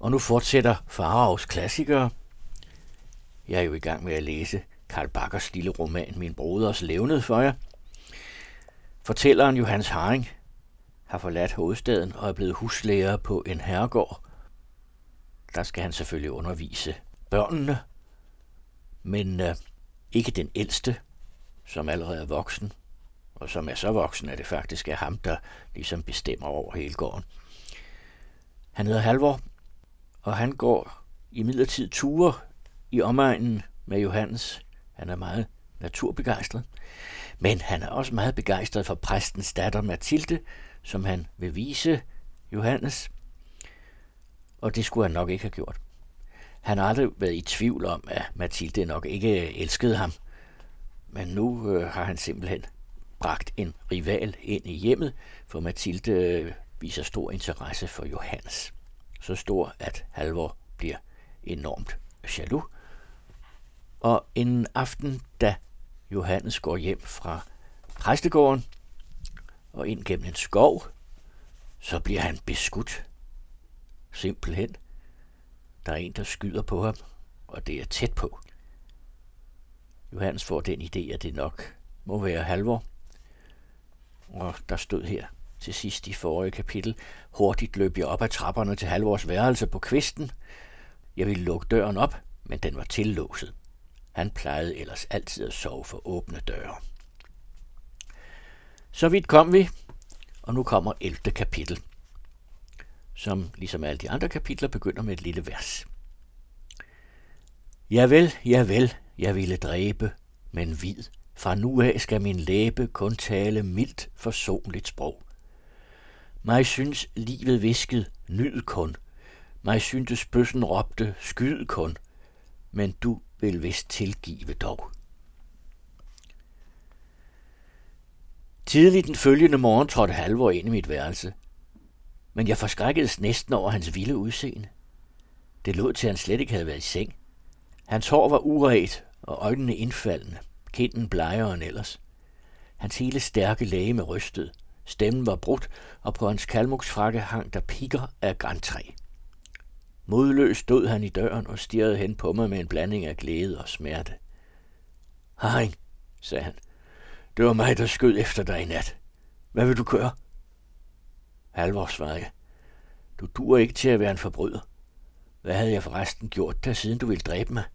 Og nu fortsætter Faraos klassikere. Jeg er jo i gang med at læse Karl Bakkers lille roman Min broders levned for jer. Fortælleren Johannes Haring har forladt hovedstaden og er blevet huslærer på en herregård. Der skal han selvfølgelig undervise børnene, men ikke den ældste, som allerede er voksen, og som er så voksen, at det faktisk er ham, der ligesom bestemmer over hele gården. Han hedder Halvor, og han går imidlertid ture i omegnen med Johannes. Han er meget naturbegejstret, men han er også meget begejstret for præstens datter Mathilde, som han vil vise Johannes, og det skulle han nok ikke have gjort. Han har aldrig været i tvivl om, at Mathilde nok ikke elskede ham, men nu har han simpelthen bragt en rival ind i hjemmet, for Mathilde viser stor interesse for Johannes. Så stor, at Halvor bliver enormt jaloux. Og en aften, da Johannes går hjem fra præstegården og ind gennem en skov, så bliver han beskudt. Simpelthen. Der er en, der skyder på ham, og det er tæt på. Johannes får den idé, at det nok må være Halvor. Og der stod her til sidst i forrige kapitel: hurtigt løb jeg op ad trapperne til Halvors værelse på kvisten. Jeg ville lukke døren op, men den var tillåset. Han plejede ellers altid at sove for åbne døre. Så vidt kom vi, og nu kommer 11. kapitel, som ligesom alle de andre kapitler begynder med et lille vers. Javel, jeg ville dræbe, men vid. Fra nu af skal min læbe kun tale mildt forsonligt sprog. Mig synes livet visket, nyd kun. Mig syntes bøssen råbte, skyd kun. Men du vil vist tilgive dog. Tidligt den følgende morgen trådte Halvor ind i mit værelse, men jeg forskrækkedes næsten over hans vilde udseende. Det lod til, at han slet ikke havde været i seng. Hans hår var uret og øjnene indfaldende, kinden blegere end ellers. Hans hele stærke legeme rystede, stemmen var brudt, og på hans kalmuksfrakke hang der pikker af grantræ. Modløs stod han i døren og stirrede hen på mig med en blanding af glæde og smerte. Haring, sagde han, det var mig, der skød efter dig i nat. Hvad vil du gøre? Halvor, svarede jeg. Du duer ikke til at være en forbryder. Hvad havde jeg forresten gjort dig, siden du ville dræbe mig?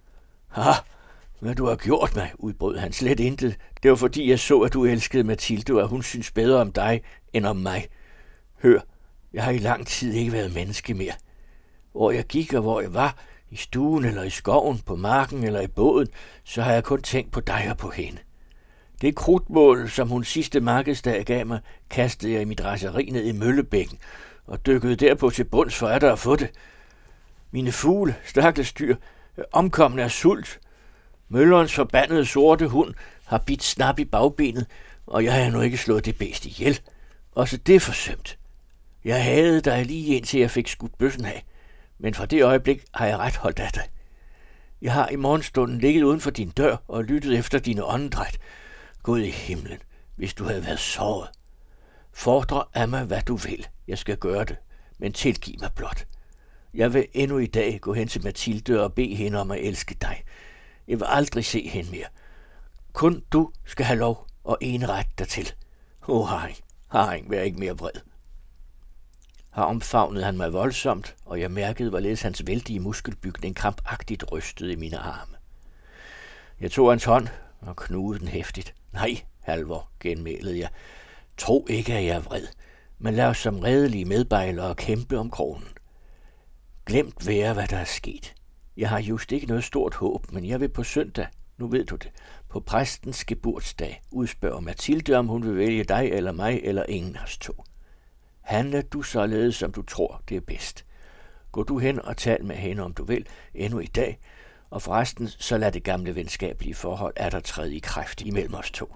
Hvad du har gjort mig, udbrød han. Slet intet. Det var fordi, jeg så, at du elskede Mathilde, og at hun synes bedre om dig end om mig. Hør, jeg har i lang tid ikke været menneske mere. Hvor jeg gik og hvor jeg var, i stuen eller i skoven, på marken eller i båden, så har jeg kun tænkt på dig og på hende. Det krudtmål, som hun sidste markedsdag gav mig, kastede jeg i mit raseri ned i møllebækken og dykkede derpå til bunds for at få det. Mine fugle, stakkels dyr, omkomne af sult. Møllerens forbandede sorte hund har bidt snap i bagbenet, og jeg har nu ikke slået det bedste ihjel. Også det er forsømt. Jeg havde dig lige indtil jeg fik skudt bøssen af, men fra det øjeblik har jeg ret holdt af dig. Jeg har i morgenstunden ligget uden for din dør og lyttet efter dine åndedræt. Gud i himlen, hvis du havde været såret. Fordre af mig, hvad du vil. Jeg skal gøre det, men tilgiv mig blot. Jeg vil endnu i dag gå hen til Mathilde og bede hende om at elske dig. Jeg vil aldrig se hende mere. Kun du skal have lov og en ret dertil. Haring, vær ikke mere vred. Her omfavnede han mig voldsomt, og jeg mærkede, hvorledes hans vældige muskelbygning krampagtigt rystede i mine arme. Jeg tog hans hånd og knugede den hæftigt. Nej, Halvor, genmælede jeg. Tro ikke, at jeg er vred, men lad os som redelige medbejlere kæmpe om kronen. Glemt være, hvad der er sket. Jeg har just ikke noget stort håb, men jeg vil på søndag, nu ved du det, på præstens geburtsdag udspørge Mathilde, om hun vil vælge dig eller mig eller ingen af os to. Handler du således, som du tror, det er bedst. Gå du hen og tal med hende, om du vil, endnu i dag, og forresten så lad det gamle venskabelige forhold der træde i kraft imellem os to.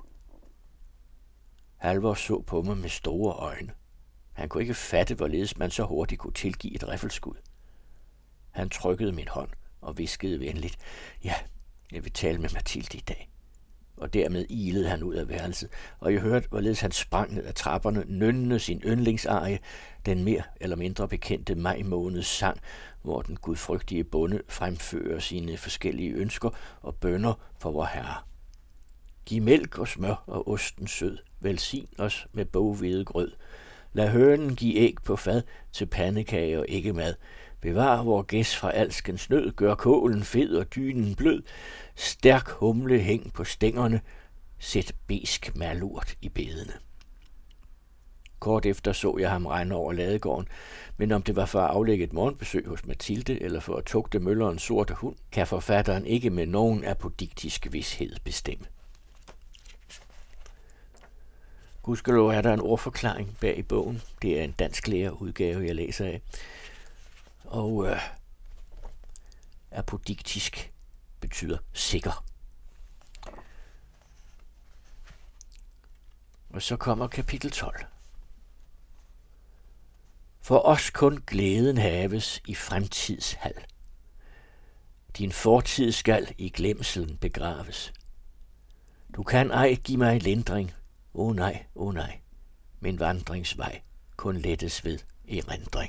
Halvor så på mig med store øjne. Han kunne ikke fatte, hvorledes man så hurtigt kunne tilgive et riffelskud. Han trykkede min hånd og hviskede venligt. Ja, jeg vil tale med Mathilde i dag. og dermed ilede han ud af værelset, og jeg hørte, hvorledes han sprang ned ad trapperne, nynnende sin yndlingsarie, den mere eller mindre bekendte maj måneds sang, hvor den gudfrygtige bonde fremfører sine forskellige ønsker og bønner for vor Herre. Giv mælk og smør og osten sød, velsign os med boghvedegrød. Lad hønen give æg på fad til pandekage og ikke mad. Bevar vor gæs fra alskens nød, gør kålen fed og dynen blød. Stærk humle hæng på stængerne, sæt besk malurt i bedene. Kort efter så jeg ham rende over ladegården, men om det var for at aflægge et morgenbesøg hos Mathilde eller for at tugte møllerens sorte hund, kan forfatteren ikke med nogen apodiktisk vished bestemme. Gudskelov er der en ordforklaring bag i bogen. Det er en dansklærer-udgave, jeg læser af. Og apodiktisk betyder sikker. Og så kommer kapitel 12. For os kun glæden haves i fremtidshal. Din fortid skal i glemselen begraves. Du kan ej give mig lindring. Åh nej, min vandringsvej kun lettes ved erindring.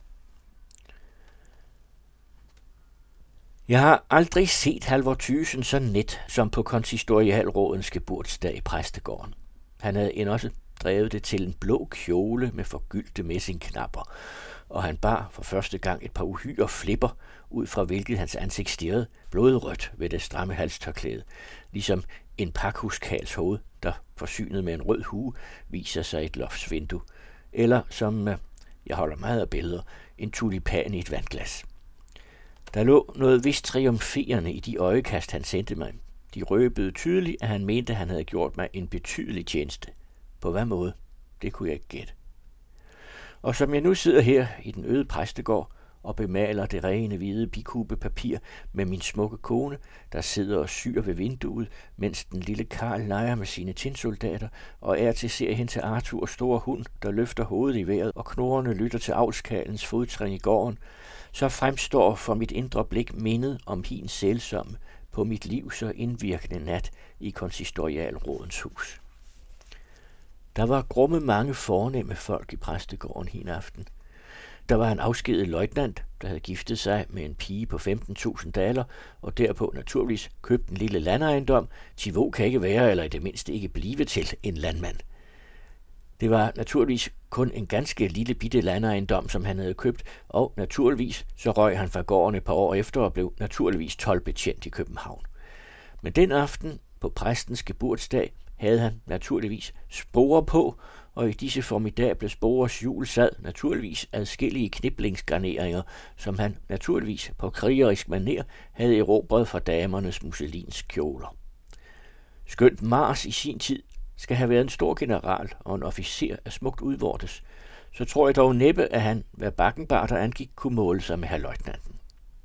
Jeg har aldrig set Halvor Thyssen så net som på konsistorialrådens geburtsdag i præstegården. Han havde end også drevet det til en blå kjole med forgyldte messingknapper, og han bar for første gang et par uhyre flipper, ud fra hvilket hans ansigt stirrede blodrødt ved det stramme halstørklæde, ligesom en pakhuskals hoved, der forsynet med en rød hue, viser sig et loftsvindue, eller som, jeg holder meget af billeder, en tulipan i et vandglas. Der lå noget vist triumferende i de øjekast, han sendte mig. De røbede tydeligt, at han mente, at han havde gjort mig en betydelig tjeneste. På hvad måde? Det kunne jeg ikke gætte. Og som jeg nu sidder her i den øde præstegård og bemaler det rene hvide bikubepapir med min smukke kone, der sidder og syr ved vinduet, mens den lille Karl leger med sine tinsoldater, og er til ser hen til Arthurs store hund, der løfter hovedet i vejret, og knorrende lytter til avlskalens fodtrin i gården, så fremstår for mit indre blik mindet om hin sælsomme på mit liv så indvirkende nat i konsistorialrådens hus. Der var grumme mange fornemme folk i præstegården hin aften. Der var en afskedet løjtnant, der havde giftet sig med en pige på $15,000, og derpå naturligvis købt en lille landejendom. Tivå kan ikke være, eller i det mindste ikke blive til en landmand. Det var naturligvis kun en ganske lille bitte landejendom, som han havde købt, og naturligvis så røg han fra gården et par år efter og blev naturligvis toldbetjent i København. Men den aften på præstens geburtsdag havde han naturligvis sporer på, og i disse formidable sporers hjul sad naturligvis adskillige kniblingsgarneringer, som han naturligvis på krigerisk maner havde erobret fra damernes musselinskjoler. Skønt Mars i sin tid skal have været en stor general og en officer af smukt udvortes, så tror jeg dog næppe, at han, hvad bakkenbart der angik, kunne måle sig med herrløjtnanten.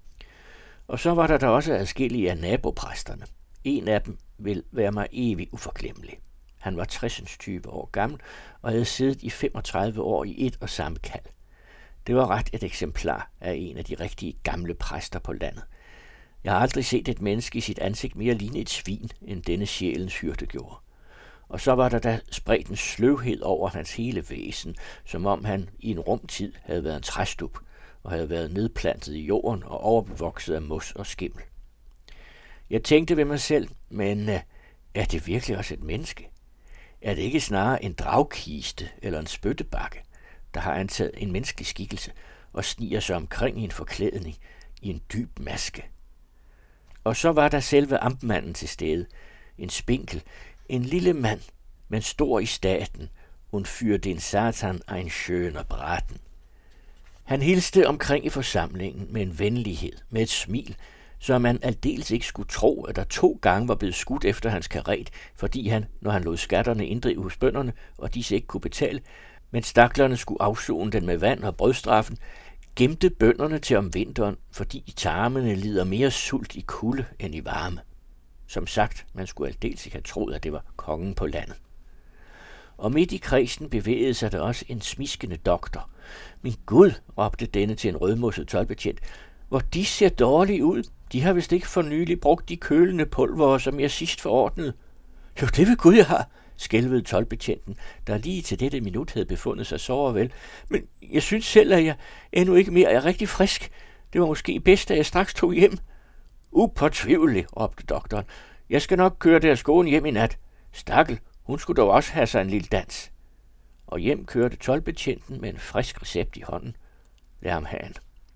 Og så var der også adskillige af nabopræsterne. En af dem vil være mig evig uforglemmelig. Han var 60-20 år gammel og havde siddet i 35 år i et og samme kald. Det var ret et eksemplar af en af de rigtige gamle præster på landet. Jeg har aldrig set et menneske i sit ansigt mere ligne et svin, end denne sjælens hyrde gjorde. Og så var der da spredt en sløvhed over hans hele væsen, som om han i en rumtid havde været en træstup og havde været nedplantet i jorden og overbevokset af mos og skimmel. Jeg tænkte ved mig selv, men er det virkelig også et menneske? Er det ikke snarere en dragkiste eller en spyttebakke, der har antaget en menneskelig skikkelse og sniger sig omkring i en forklædning i en dyb maske? Og så var der selve amtmanden til stede, en spinkel, en lille mand, men stor i staten, und für den Satan ein schöner Braten. Han hilste omkring i forsamlingen med en venlighed, med et smil, så man aldeles ikke skulle tro, at der 2 gange var blevet skudt efter hans karet, fordi han, når han lod skatterne inddrive hos bønderne, og disse ikke kunne betale, men staklerne skulle afsone den med vand og brødstraffen, gemte bønderne til om vinteren, fordi tarmene lider mere sult i kulde end i varme. Som sagt, man skulle aldeles ikke have troet, at det var kongen på landet. Og midt i kredsen bevægede sig der også en smiskende doktor. Min Gud, råbte denne til en rødmosset toldbetjent, hvor de ser dårlige ud. De har vist ikke for nylig brugt de kølende pulver, som jeg sidst forordnede. Jo, det ved Gud, jeg har, skælvede toldbetjenten, der lige til dette minut havde befundet sig så vel. Men jeg synes selv, at jeg endnu ikke mere er rigtig frisk. Det var måske bedst, at jeg straks tog hjem. Upåtvivligt, råbte doktoren. Jeg skal nok køre deres konen hjem i nat. Stakkel, hun skulle dog også have sig en lille dans. Og hjem kørte toldbetjenten med en frisk recept i hånden. Lad ham have en.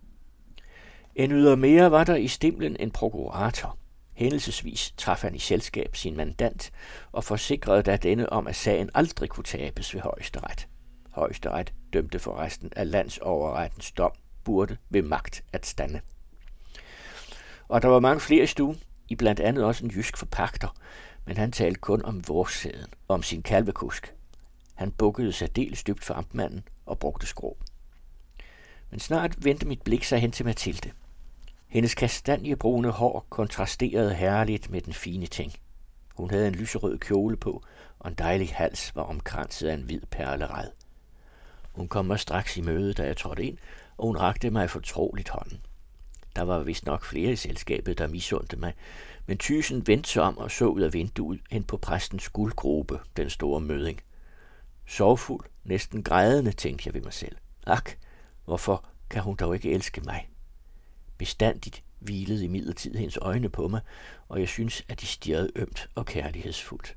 En ydermere var der i stimlen en prokurator. Hændelsesvis traf han i selskab sin mandant og forsikrede da denne om, at sagen aldrig kunne tabes ved højesteret. Højesteret dømte forresten, at landsoverrettens dom burde ved magt at stande. Og der var mange flere i stuen, i blandt andet også en jysk forpagter, men han talte kun om vorssæden og om sin kalvekusk. Han bukkede særdeles dybt for amtmanden og brugte skrå. Men snart vendte mit blik sig hen til Mathilde. Hendes kastanjebrune hår kontrasterede herligt med den fine ting. Hun havde en lyserød kjole på, og en dejlig hals var omkranset af en hvid perlerad. Hun kom mig straks i møde, da jeg trådte ind, og hun rakte mig fortroligt hånden. Der var vist nok flere i selskabet, der misundte mig, men Thyssen vendte sig om og så ud af vinduet hen på præstens guldgruppe, den store mødding. Sorgfuld, næsten grædende, tænkte jeg ved mig selv. Ak, hvorfor kan hun dog ikke elske mig? Bestandigt hvilede imidlertid hendes øjne på mig, og jeg synes, at de stirrede ømt og kærlighedsfuldt.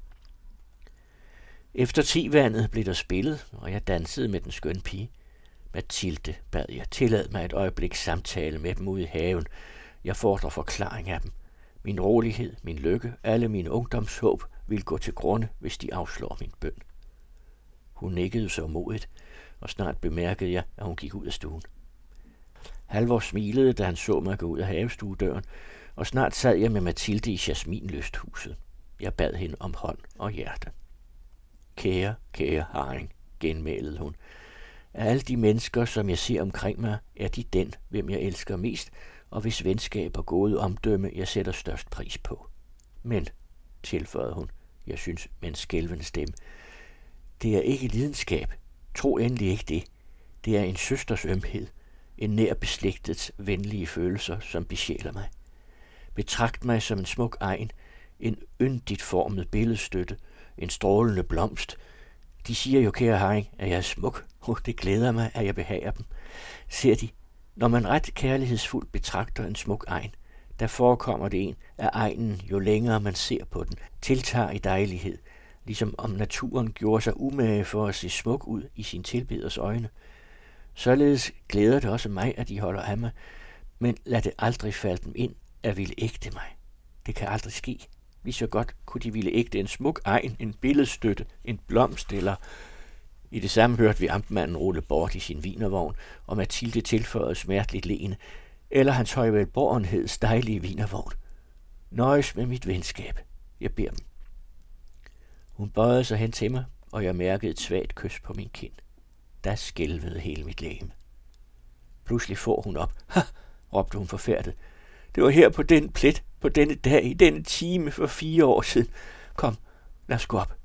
Efter 10-vandet blev der spillet, og jeg dansede med den skønne pige. Mathilde, bad jeg, tillad mig et øjeblik samtale med dem ude i haven. Jeg fordrer forklaring af dem. Min rolighed, min lykke, alle mine ungdomshåb vil gå til grunde, hvis de afslår min bøn. Hun nikkede så modigt, og snart bemærkede jeg, at hun gik ud af stuen. Halvor smilede, da han så mig gå ud af havestuedøren, og snart sad jeg med Mathilde i Jasminlysthuset. Jeg bad hende om hånd og hjerte. Kære, kære Haring, genmælede hun. Af alle de mennesker, som jeg ser omkring mig, er de den, hvem jeg elsker mest, og hvis venskab og gode omdømme, jeg sætter størst pris på. Men, tilføjede hun, jeg synes med en skælvende stemme, det er ikke lidenskab. Tro endelig ikke det. Det er en søsters ømhed, en nær beslægtets venlige følelser, som besjæler mig. Betragt mig som en smuk egen, en yndigt formet billedstøtte, en strålende blomst. De siger jo, kære Haring, at jeg er smuk. Det glæder mig, at jeg behager dem. Ser de, når man ret kærlighedsfuldt betragter en smuk egen, der forekommer det en, at egnen, jo længere man ser på den, tiltager i dejlighed, ligesom om naturen gjorde sig umage for at se smuk ud i sin tilbeders øjne. Således glæder det også mig, at de holder af mig, men lad det aldrig falde dem ind at ville ægte mig. Det kan aldrig ske. Lige så godt kunne de ville ægte en smuk egen, en billedstøtte, en blomst eller... I det samme hørte vi amtmanden rulle bort i sin vinervogn, og Mathilde tilføjede smerteligt leende, eller hans højvelborgenheds dejlige vinervogn. Nøjes med mit venskab. Jeg beder dem. Hun bøjede sig hen til mig, og jeg mærkede et svagt kys på min kind. Der skælvede hele mit legeme. Pludselig får hun op. Ha! Råbte hun forfærdet. Det var her på den plet, på denne dag, i denne time for 4 år siden. Kom, lad os gå op.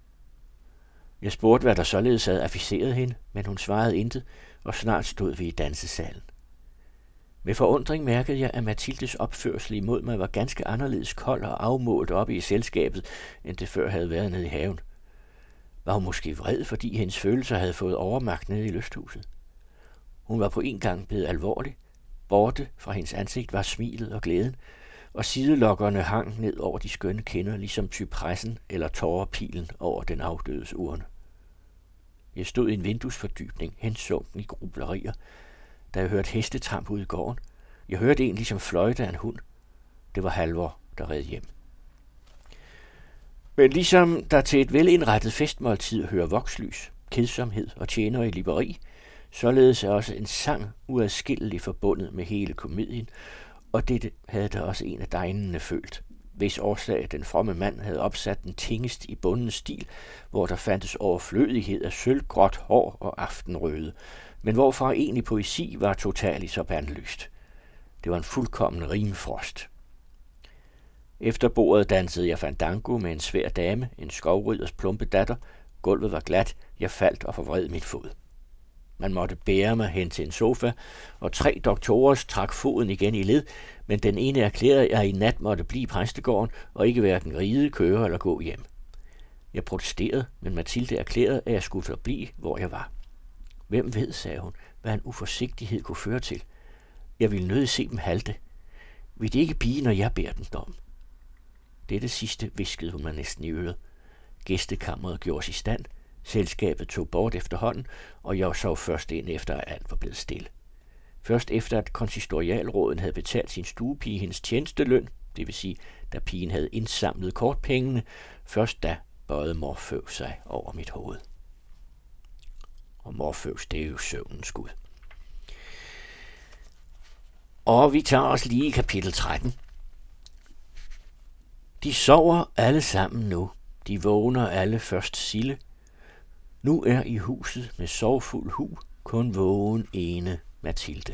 Jeg spurgte, hvad der således havde afficeret hende, men hun svarede intet, og snart stod vi i dansesalen. Med forundring mærkede jeg, at Mathildes opførsel imod mig var ganske anderledes kold og afmålt oppe i selskabet, end det før havde været nede i haven. Var hun måske vred, fordi hendes følelser havde fået overmagt nede i lysthuset? Hun var på en gang blevet alvorlig. Borte fra hendes ansigt var smilet og glæden, og sidelokkerne hang ned over de skønne kinder, ligesom cypressen eller tårepilen over den afdødes urne. Jeg stod i en vinduesfordybning, hensunken i grublerier, da jeg hørte hestetramp ude i gården. Jeg hørte en ligesom fløjte af en hund. Det var Halvor, der red hjem. Men ligesom der til et velindrettet festmåltid hører vokslys, kedsomhed og tjenere i libberi, således er også en sang uadskilleligt forbundet med hele komedien, og dette havde der også en af degnene følt, hvis årsag den fromme mand havde opsat den tingest i bundens stil, hvor der fandtes overflødighed af sølvgråt hår og aftenrøde, men hvorfra egentlig poesi var totalt så bandlyst. Det var en fuldkommen rimfrost. Efter bordet dansede jeg fandango med en svær dame, en skovrydders plumpe datter. Gulvet var glat, jeg faldt og forvred mit fod. Man måtte bære mig hen til en sofa, og 3 doktorer trak foden igen i led, men den ene erklærede, at jeg i nat måtte blive i præstegården og ikke hverken ride, køre eller gå hjem. Jeg protesterede, men Mathilde erklærede, at jeg skulle forblive, hvor jeg var. Hvem ved, sagde hun, hvad en uforsigtighed kunne føre til. Jeg ville nødig se dem halte. Vil det ikke blive, når jeg beder dem dom? Dette sidste viskede hun mig næsten i øret. Gæstekammeret gjorde sig i stand. Selskabet tog bort efterhånden, og jeg sov først ind efter, at alt var blevet stille. Først efter, at konsistorialråden havde betalt sin stuepige hendes tjenesteløn, det vil sige, da pigen havde indsamlet kortpengene, først da bøjede Morføv sig over mit hoved. Og Morføvs, det er jo søvnens gud. Og vi tager os lige i kapitel 13. De sover alle sammen nu. De vågner alle først Sille. Nu er i huset med sorgfuld hu kun vågen ene Mathilde.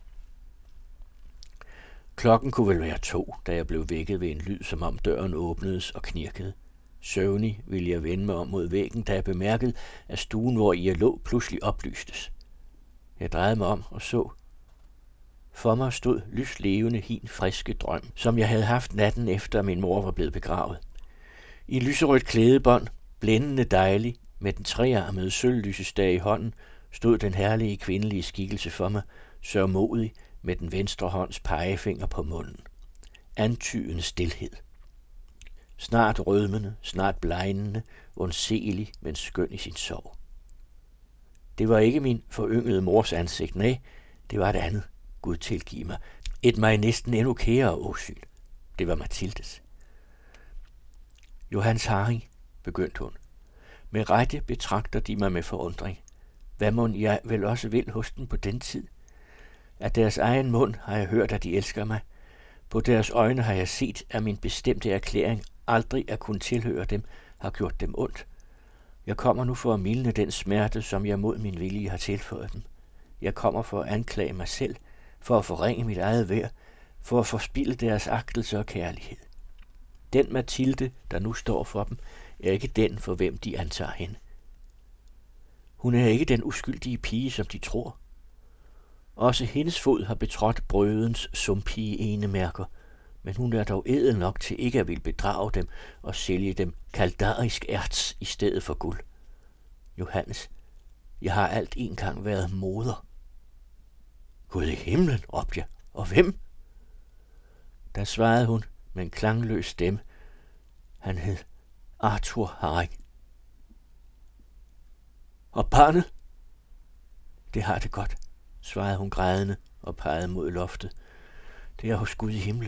Klokken kunne vel være 2, da jeg blev vækket ved en lyd, som om døren åbnedes og knirkede. Søvnig ville jeg vende mig om mod væggen, da jeg bemærkede, at stuen, hvor jeg lå, pludselig oplystes. Jeg drejede mig om og så. For mig stod lyslevende hin friske drøm, som jeg havde haft natten efter, min mor var blevet begravet. I lyserødt klædebånd, blændende dejlig, med den trearmede sølvlysestage i hånden, stod den herlige kvindelige skikkelse for mig, sørgmodig med den venstre hånds pegefinger på munden. Antydende stilhed. Snart rødmende, snart blegnende, undselig, men skøn i sin sorg. Det var ikke min foryngede mors ansigt, nej, det var et andet. Gud tilgive mig. Et mig næsten endnu kære åsyn. Det var Mathildes. Johannes Haring, begyndte hun. Med rette betragter de mig med forundring. Hvad mon jeg vel også vil hos den på den tid? Af deres egen mund har jeg hørt, at de elsker mig. På deres øjne har jeg set, at min bestemte erklæring aldrig at kunne tilhøre dem, har gjort dem ondt. Jeg kommer nu for at mildne den smerte, som jeg mod min vilje har tilføjet dem. Jeg kommer for at anklage mig selv, for at forringe mit eget værd, for at forspilde deres agtelse og kærlighed. Den Mathilde, der nu står for dem, er ikke den, for hvem de antager hende. Hun er ikke den uskyldige pige, som de tror. Også hendes fod har betrådt brødens sumpige enemærker, men hun er dog ædel nok til ikke at ville bedrage dem og sælge dem kaldarisk erts i stedet for guld. Johannes, jeg har alt en gang været moder. Gud i himlen, råbte jeg. Og hvem? Der svarede hun med en klangløs stemme. Han hed Arthur Haring. Og barnet? Det har det godt, svarede hun grædende og pegede mod loftet. Det er hos Gud i himlen.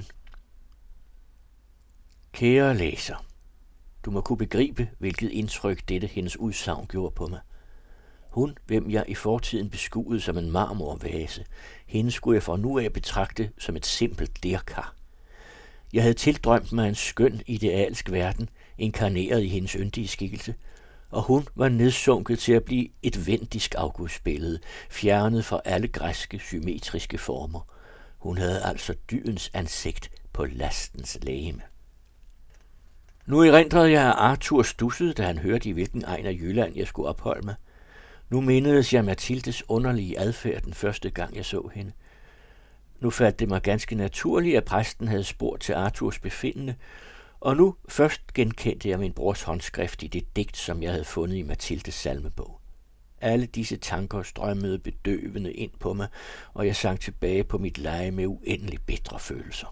Kære læser, du må kunne begribe, hvilket indtryk dette hendes udsagn gjorde på mig. Hun, hvem jeg i fortiden beskuede som en marmorvase, hende skulle jeg fra nu af betragte som et simpelt lerkar. Jeg havde tildrømt mig en skøn idealsk verden, inkarneret i hendes yndige skikkelse, og hun var nedsunket til at blive et vendisk afgudsbillede, fjernet fra alle græske symmetriske former. Hun havde altså dydens ansigt på lastens legeme. Nu erindrede jeg, at Arthur stussede, da han hørte, i hvilken egen af Jylland jeg skulle opholde mig. Nu mindedes jeg Mathildes underlige adfærd den første gang, jeg så hende. Nu faldt det mig ganske naturligt, at præsten havde spurgt til Arthurs befindende, og nu først genkendte jeg min brors håndskrift i det digt, som jeg havde fundet i Mathildes salmebog. Alle disse tanker strømmede bedøvende ind på mig, og jeg sank tilbage på mit leje med uendelig bitre følelser.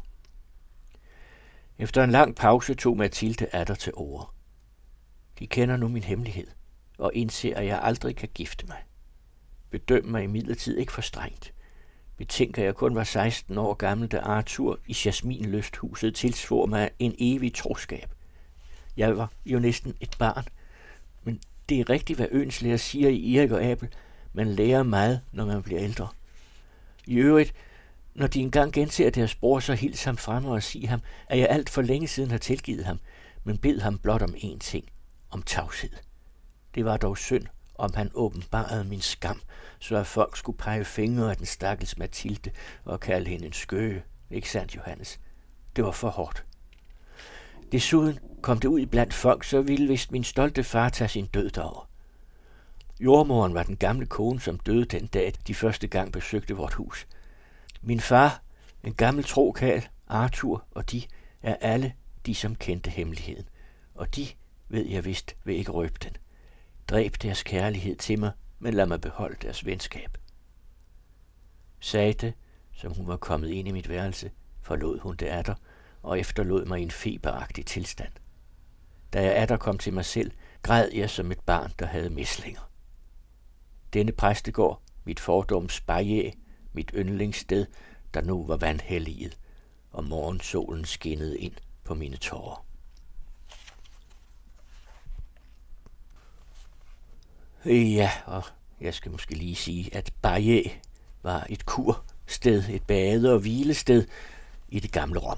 Efter en lang pause tog Mathilde atter til orde. De kender nu min hemmelighed, og indser, at jeg aldrig kan gifte mig. Bedøm mig imidlertid ikke for strengt. Betænker jeg kun var 16 år gammel, da Arthur i Jasminlysthuset tilsvor mig en evig troskab. Jeg var jo næsten et barn, men det er rigtigt, hvad Ønslæger siger i Erik og Abel. Man lærer meget, når man bliver ældre. I øvrigt, når de engang genser deres bror, så hils ham frem og sig ham, at jeg alt for længe siden har tilgivet ham, men bed ham blot om én ting, om tavshed. Det var dog synd, om han åbenbarede min skam, så at folk skulle pege fingre af den stakkels Mathilde og kalde hende en skøge. Ikke sandt, Johannes? Det var for hårdt. Desuden kom det ud i blandt folk, så ville vist min stolte far tage sin død derover. Jordmoren var den gamle kone, som døde den dag, de første gang besøgte vort hus. Min far, en gammel trokarl, Arthur og de er alle de, som kendte hemmeligheden. Og de ved jeg vist, vil ikke røbe den. Dræb deres kærlighed til mig, men lad mig beholde deres venskab. Sagde det, som hun var kommet ind i mit værelse, forlod hun det atter, og efterlod mig i en feberagtig tilstand. Da jeg atter kom til mig selv, græd jeg som et barn, der havde mæslinger. Denne præstegård, mit fordoms Bajæ, mit yndlingssted, der nu var vandhelliget, og morgensolen skinnede ind på mine tårer. Ja, og jeg skal måske lige sige, at Bajæ var et kursted, et bade- og hvilested i det gamle Rom.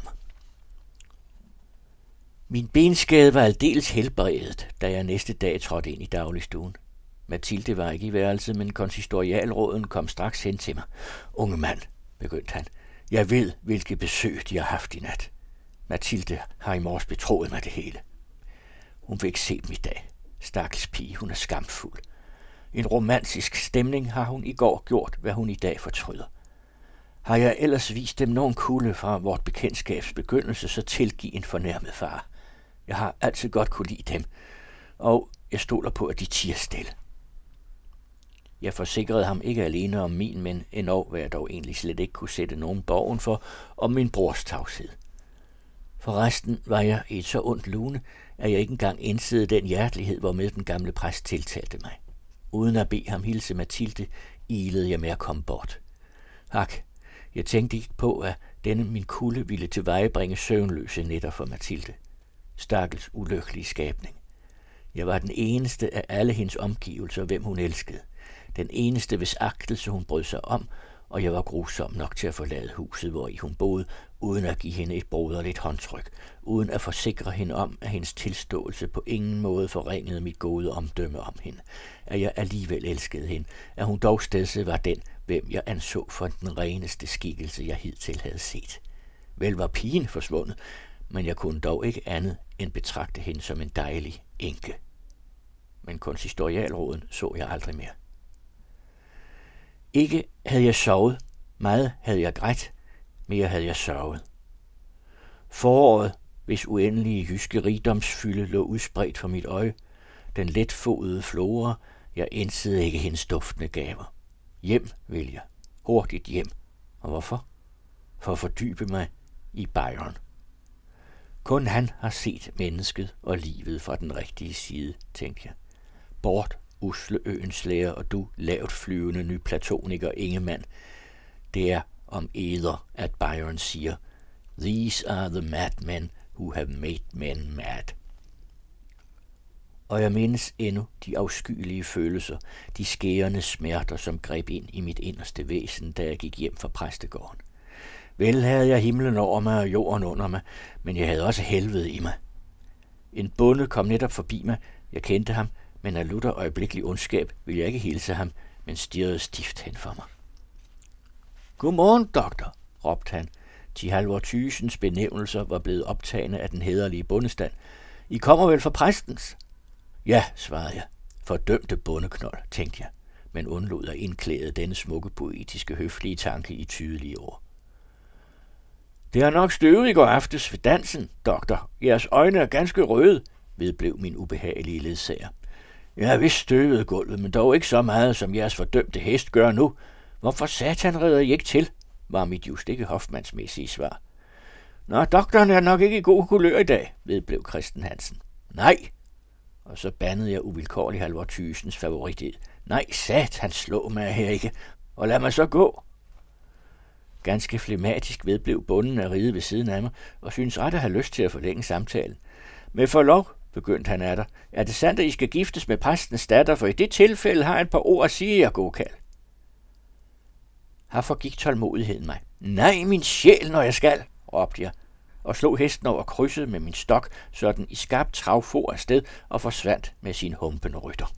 Min benskade var aldeles helbredet, da jeg næste dag trådte ind i dagligstuen. Mathilde var ikke i værelset, men konsistorialråden kom straks hen til mig. Unge mand, begyndte han, jeg ved, hvilke besøg de har haft i nat. Mathilde har i morges betroet mig det hele. Hun vil ikke se dem i dag. Stakkels pige, hun er skamfuld. En romantisk stemning har hun i går gjort, hvad hun i dag fortryder. Har jeg ellers vist dem nogen kulde fra vort bekendtskabs begyndelse, så tilgiv en fornærmet far. Jeg har altid godt kunne lide dem, og jeg stoler på, at de tier stille. Jeg forsikrede ham ikke alene om min, men endnu, hvad jeg dog egentlig slet ikke kunne sætte nogen borgen for, om min brors tavshed. Forresten var jeg i et så ondt lune, at jeg ikke engang indsede den hjertelighed, hvormed den gamle præst tiltalte mig. Uden at bede ham hilse Mathilde, ilede jeg med at komme bort. Hak, jeg tænkte ikke på, at denne min kulde ville tilvejebringe søvnløse nætter for Mathilde. Stakkels ulykkelige skabning. Jeg var den eneste af alle hendes omgivelser, hvem hun elskede. Den eneste, hvis agtelse hun brød sig om, og jeg var grusom nok til at forlade huset, hvor i hun boede, uden at give hende et broderligt håndtryk, uden at forsikre hende om, at hendes tilståelse på ingen måde forringede mit gode omdømme om hende, at jeg alligevel elskede hende, at hun dog stedse var den, hvem jeg anså for den reneste skikkelse, jeg hidtil havde set. Vel var pigen forsvundet, men jeg kunne dog ikke andet end betragte hende som en dejlig enke. Men konsistorialråden så jeg aldrig mere. Ikke havde jeg sovet, meget havde jeg grædt, mere havde jeg sørget. Foråret, hvis uendelige jyske rigdomsfylde lå udspredt for mit øje, den letfodede flora, jeg indsede ikke hendes duftende gaver. Hjem vil jeg, hurtigt hjem. Og hvorfor? For at fordybe mig i Byron. Kun han har set mennesket og livet fra den rigtige side, tænkte jeg. Bort, usle øenslæger og du, lavt flyvende nyplatoniker Ingemann. Det er om eder, at Byron siger, These are the madmen who have made men mad. Og jeg mindes endnu de afskyelige følelser, de skærende smerter, som greb ind i mit inderste væsen, da jeg gik hjem fra præstegården. Vel havde jeg himlen over mig og jorden under mig, men jeg havde også helvede i mig. En bonde kom netop forbi mig. Jeg kendte ham, men af lutter øjeblikkelig ondskab ville jeg ikke hilse ham, men stirrede stift hen for mig. Godmorgen, doktor, råbte han. Halvor Thysens benævnelser var blevet optagne af den hæderlige bondestand. I kommer vel fra præstens? Ja, svarede jeg. Fordømte bondeknold, tænkte jeg, men undlod at indklæde denne smukke poetiske høflige tanke i tydelige ord. Det har nok støvet i går aftes ved dansen, doktor. Jeres øjne er ganske røde, vedblev min ubehagelige ledsager. Jeg har vist støvet gulvet, men dog ikke så meget, som jeres fordømte hest gør nu. Hvorfor satan redder I ikke til? Var mit just ikke hofmandsmæssige svar. Nå, doktoren er nok ikke i god kulør i dag, vedblev Christen Hansen. Nej, og så bandede jeg uvilkårligt Halvor Thysens favorithed. Nej, han slå mig her ikke, og lad mig så gå. Ganske flematisk vedblev bonden at ride ved siden af mig, og synes ret at have lyst til at forlænge samtalen. Med forlov, begyndte han atter, er det sandt, at I skal giftes med præstens datter, for i det tilfælde har jeg et par ord at sige jer, godkald. Her forgik tålmodigheden mig. Nej, min sjæl, når jeg skal, råbte jeg, og slog hesten over krydset med min stok, så den i skarpt trav for afsted og forsvandt med sin humpende rytter.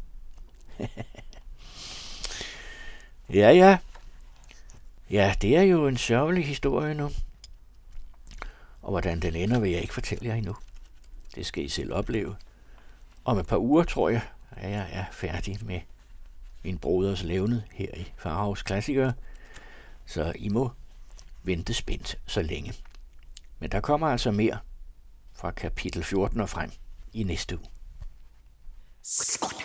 Ja, det er jo en sørgelig historie nu. Og hvordan den ender, vil jeg ikke fortælle jer endnu. Det skal I selv opleve. Om et par uger, tror jeg, at jeg er færdig med min broders levned her i Farhavs Klassikere, så I må vente spændt så længe. Men der kommer altså mere fra kapitel 14 og frem i næste uge. Skut.